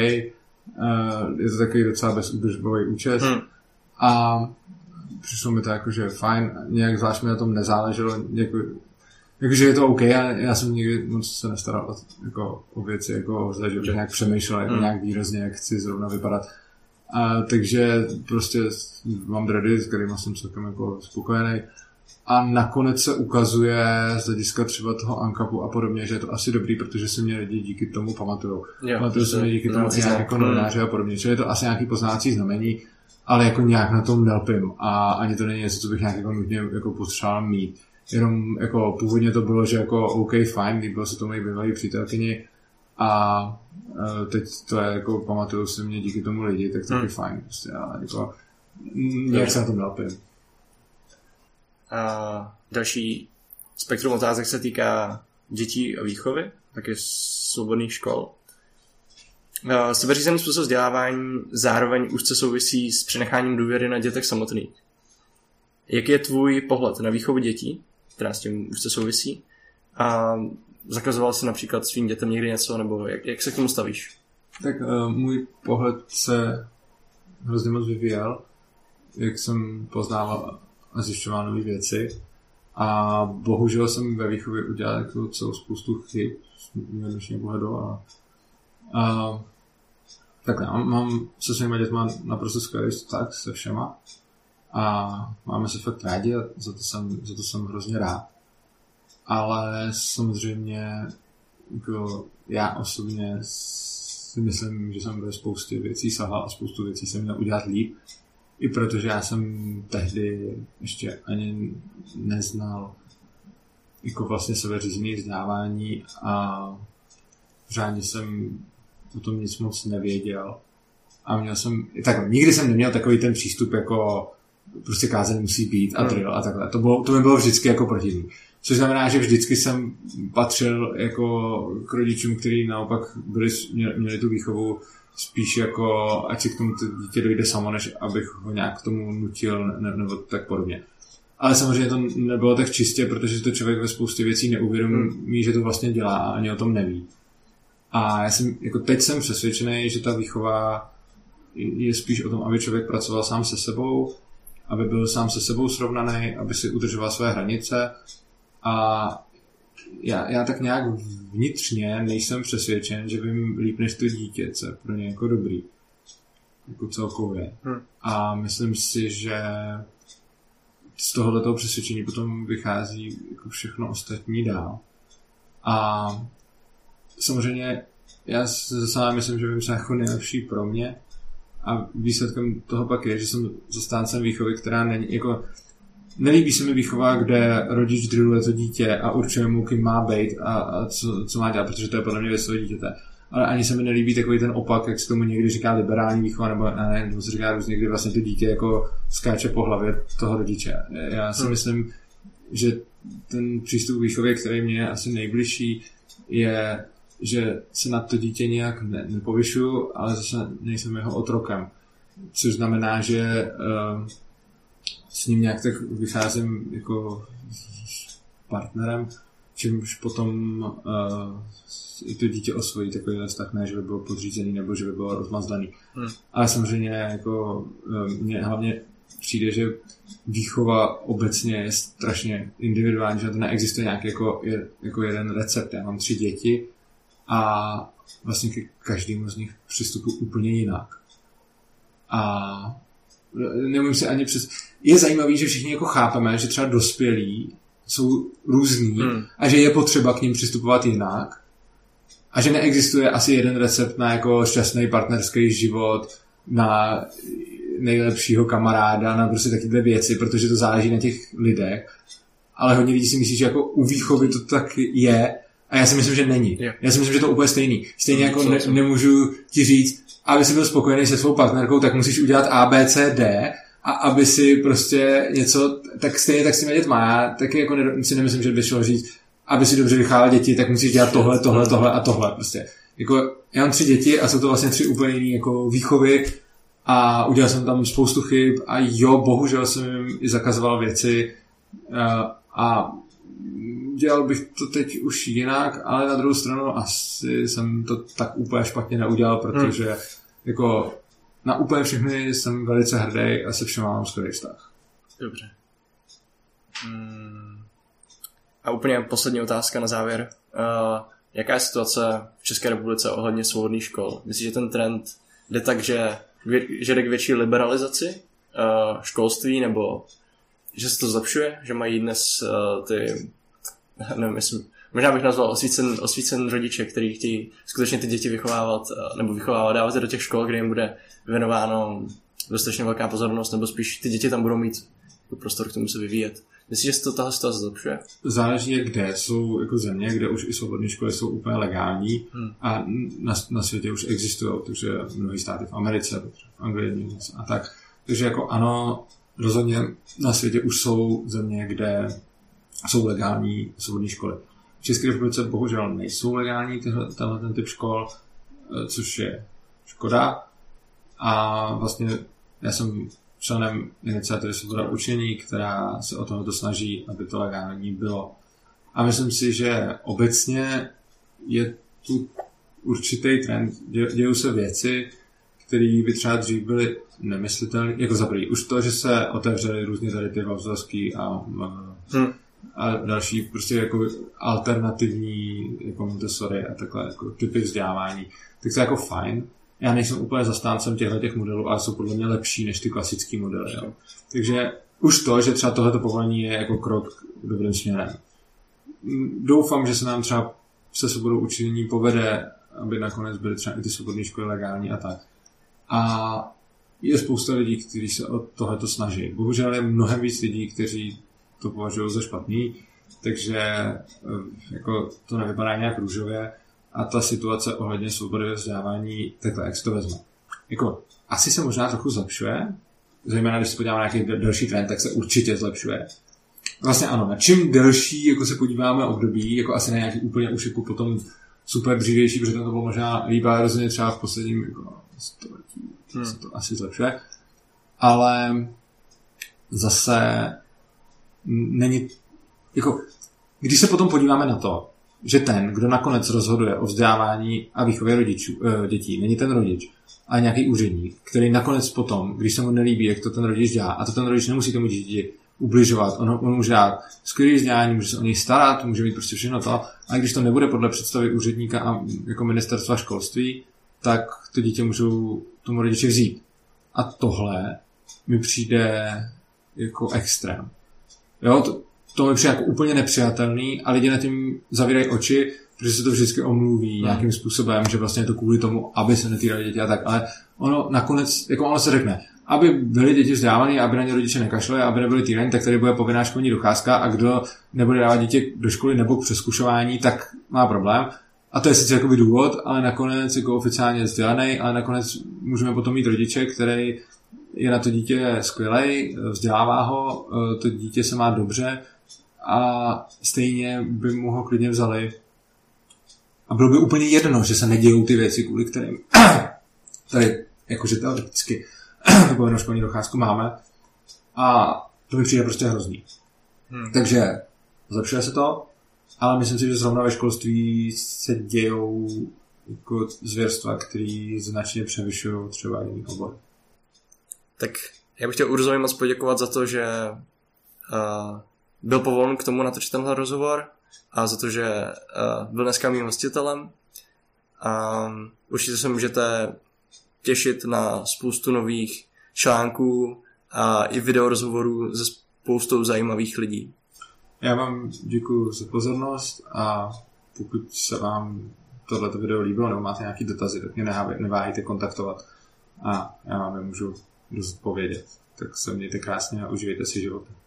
[SPEAKER 2] je to takový docela bezúdržbový účes. Hmm. A přišlo mi to jako, že fajn. Nějak zvlášť mi na tom nezáleželo. Jako, jakože je to OK. Já, já jsem nikdy moc se nestaral o, jako, o věci, jako, že bych nějak přemýšlel jako hmm. nějak výrazně, jak chci zrovna vypadat. A, takže prostě mám dready, s kterými jsem celkem jako spokojený. A nakonec se ukazuje z hlediska třeba toho ANCAPu a podobně, že je to asi dobrý, protože se mě lidi díky tomu pamatujou. Pamatuju se mě díky tomu nějak jako novináři a podobně. Čili je to asi nějaký poznávací znamení, ale jako nějak na tom nelpím. A ani to není něco, co bych nějak jako nutně jako potřeboval mít. Jenom jako původně to bylo, že jako OK, fajn, líbilo se to mojí bývalý přítelkyni a teď to je jako, pamatuju se mě díky tomu lidi, tak to je hmm. fajn. Prostě, ale jako nějak se na tom nelpím.
[SPEAKER 1] A další spektrum otázek se týká dětí a výchovy, také svobodných škol. Sebeřízený způsob vzdělávání zároveň úzce souvisí s přenecháním důvěry na dětech samotných. Jaký je tvůj pohled na výchovu dětí, která s tím úzce souvisí? A zakazoval jsi například svým dětem někdy něco, nebo jak, jak se k tomu stavíš?
[SPEAKER 2] Tak uh, můj pohled se hrozně moc vyvíjel, jak jsem poznával a zjišťoval nové věci. A bohužel jsem ve výchově udělal jako celou spoustu chyb z mého dnešního pohledu. A, a takhle, mám, mám se svými dětma naprosto skvělý vztah se všema. A máme se fakt rádi a za to jsem, za to jsem hrozně rád. Ale samozřejmě jako já osobně si myslím, že jsem ve spoustě věcí sahal a spoustu věcí jsem měl udělat líp. I protože já jsem tehdy ještě ani neznal jako vlastně sebeřízené vzdělávání a řádně jsem o tom nic moc nevěděl. A měl jsem, tak nikdy jsem neměl takový ten přístup jako prostě kázeň musí být a drill a takhle. To, bylo, to mi bylo vždycky jako protivný. Což znamená, že vždycky jsem patřil jako k rodičům, kteří naopak byli, měli tu výchovu spíš jako, ať si k tomu dítě dojde samo, než abych ho nějak k tomu nutil ne, nebo tak podobně. Ale samozřejmě to nebylo tak čistě, protože si to člověk ve spoustě věcí neuvědomí, hmm. že to vlastně dělá a ani o tom neví. A já jsem, jako teď jsem přesvědčený, že ta výchova je spíš o tom, aby člověk pracoval sám se sebou, aby byl sám se sebou srovnaný, aby si udržoval své hranice. A já, já tak nějak vnitřně nejsem přesvědčen, že vím líp než to dítě, co je pro ně jako dobrý. Jako celkově. Hmm. A myslím si, že z tohoto přesvědčení potom vychází jako všechno ostatní dál. A samozřejmě já zase myslím, že vím se jako nejlepší pro mě a výsledkem toho pak je, že jsem zastáncem výchovy, která není jako nelíbí se mi výchova, kde rodič drilluje to dítě a určuje mu, kým má být a, a co, co má dělat, protože to je podle mě věc toho dítěte. Ale ani se mi nelíbí takový ten opak, jak se tomu někdy říká liberální výchova, nebo ne, nebo se říká různě, kdy vlastně to dítě jako skáče po hlavě toho rodiče. Já si hmm. myslím, že ten přístup k výchově, který mě je asi nejbližší, je, že se na to dítě nějak ne, nepovyšuju, ale zase nejsem jeho otrokem. Což znamená, že uh, s ním nějak tak vycházím jako s partnerem, čímž potom uh, i to dítě osvojí takový vztah, ne, že by bylo podřízený nebo že by bylo rozmazlený. Hmm. Ale samozřejmě jako mně hlavně přijde, že výchova obecně je strašně individuální, že to neexistuje nějaký jako, jako jeden recept. Já mám tři děti a vlastně ke každému z nich přistupuji úplně jinak. A neumím si ani přes... Je zajímavý, že všichni jako chápeme, že třeba dospělí jsou různí hmm. a že je potřeba k ním přistupovat jinak a že neexistuje asi jeden recept na jako šťastný partnerský život, na nejlepšího kamaráda, na prostě takové věci, protože to záleží na těch lidech. Ale hodně lidí si myslí, že jako u výchovy to tak je a já si myslím, že není. Yeah. Já si myslím, že to je úplně stejný. Stejně jako ne, nemůžu ti říct, aby si byl spokojený se svou partnerkou, tak musíš udělat A, B, C, D a aby si prostě něco, tak stejně tak s těmi dětma. Já taky jako ne, si nemyslím, že by šlo říct, aby si dobře vychával děti, tak musíš dělat tohle, tohle, tohle a tohle. Prostě. Jako, já mám tři děti a jsou to vlastně tři úplně jiné jako výchovy a udělal jsem tam spoustu chyb a jo, bohužel jsem jim i zakazoval věci a dělal bych to teď už jinak, ale na druhou stranu asi jsem to tak úplně špatně neudělal, protože hmm. jako na úplně všechny jsem velice hrdý a se všem mám skvělý vztah.
[SPEAKER 1] Dobře. Hmm. A úplně poslední otázka na závěr. Uh, jaká je situace v České republice ohledně svobodných škol? Myslíš, že ten trend jde tak, že, že jde k větší liberalizaci uh, školství, nebo že se to zlepšuje? Že mají dnes uh, ty, nevím, myslím, možná bych nazval osvícen, osvícen rodiče, kteří chtějí skutečně ty děti vychovávat, uh, nebo vychovávat, dávat je do těch škol, kde jim bude věnováno dostatečně velká pozornost, nebo spíš ty děti tam budou mít prostor k tomu se vyvíjet. Myslíš, že se to tahle situace zlepšuje?
[SPEAKER 2] Záleží, kde jsou jako země, kde už i svobodné školy jsou úplně legální hmm. a na, na světě už existují, takže mnohé státy v Americe, v Anglii a tak. Takže jako ano, rozhodně na světě už jsou země, kde jsou legální svobodné školy. V České republice bohužel nejsou legální tyhle, tenhle ten typ škol, což je škoda. A vlastně já jsem členem iniciativy Svoboda učení, která se o tohoto snaží, aby to legální bylo. A myslím si, že obecně je tu určitý trend, dějou se věci, které by třeba dřív byly nemyslitelné, jako za první. Už to, že se otevřely různě tady ty Vavzovský a, hmm. a další prostě jako alternativní jako Montessori a takhle jako typy vzdělávání, tak to je jako fajn. Já nejsem úplně zastáncem těchto těch modelů, ale jsou podle mě lepší než ty klasické modely. Jo. Takže už to, že třeba tohleto povolení je jako krok dobrým směrem. Doufám, že se nám třeba se svobodou učení povede, aby nakonec byly třeba i ty svobodné školy legální a tak. A je spousta lidí, kteří se o tohleto snaží. Bohužel je mnohem víc lidí, kteří to považují za špatný, takže jako to nevypadá nějak růžově a ta situace ohledně svobody vzdělávání, takhle, jak se to vezme. Jako, asi se možná trochu zlepšuje, zejména když se podíváme na nějaký další trend, tak se určitě zlepšuje. Vlastně ano, na čím delší jako se podíváme období, jako asi na nějaký úplně už jako potom super dřívější, protože to bylo možná líbí, ale rozhodně třeba v posledním jako století hmm. se to asi zlepšuje. Ale zase není, jako, když se potom podíváme na to, že ten, kdo nakonec rozhoduje o vzdělávání a výchově rodičů, dětí, není ten rodič, ale nějaký úředník, který nakonec potom, když se mu nelíbí, jak to ten rodič dělá, a to ten rodič nemusí tomu dítě ubližovat, on, on může dát skvělý vzdělání, může se o něj starat, může mít prostě všechno to, a když to nebude podle představy úředníka a jako ministerstva školství, tak to dítě můžou tomu rodiči vzít. A tohle mi přijde jako extrém. Jo, to, to mi přijde jako úplně nepřijatelný a lidi na tím zavírají oči, protože se to vždycky omluví hmm. nějakým způsobem, že vlastně je to kvůli tomu, aby se netýrali děti a tak, ale ono nakonec, jako ono se řekne, aby byly děti vzdělávané, aby na ně rodiče nekašleli, aby nebyly týraní, tak tady bude povinná školní docházka a kdo nebude dávat dítě do školy nebo k přezkušování, tak má problém. A to je sice jakoby důvod, ale nakonec jako oficiálně vzdělaný, ale nakonec můžeme potom mít rodiče, který je na to dítě skvělej, vzdělává ho, to dítě se má dobře a stejně by mu ho klidně vzali. A bylo by úplně jedno, že se nedějou ty věci, kvůli kterým tady jakože teoreticky tu povinnou školní docházku máme. A to mi přijde prostě hrozný. Hmm. Takže zlepšuje se to, ale myslím si, že zrovna ve školství se dějou jako zvěrstva, které značně převyšují třeba jiný obor.
[SPEAKER 1] Tak já bych chtěl Urzovi moc poděkovat za to, že uh, byl povolen k tomu natočit tenhle rozhovor a za to, že uh, byl dneska mým hostitelem. Um, určitě se můžete těšit na spoustu nových článků a i videorozhovorů se spoustou zajímavých lidí.
[SPEAKER 2] Já vám děkuji za pozornost a pokud se vám tohleto video líbilo nebo máte nějaké dotazy, tak mě neváhejte kontaktovat a já vám je můžu zodpovědět. Tak se mějte krásně a užijte si život.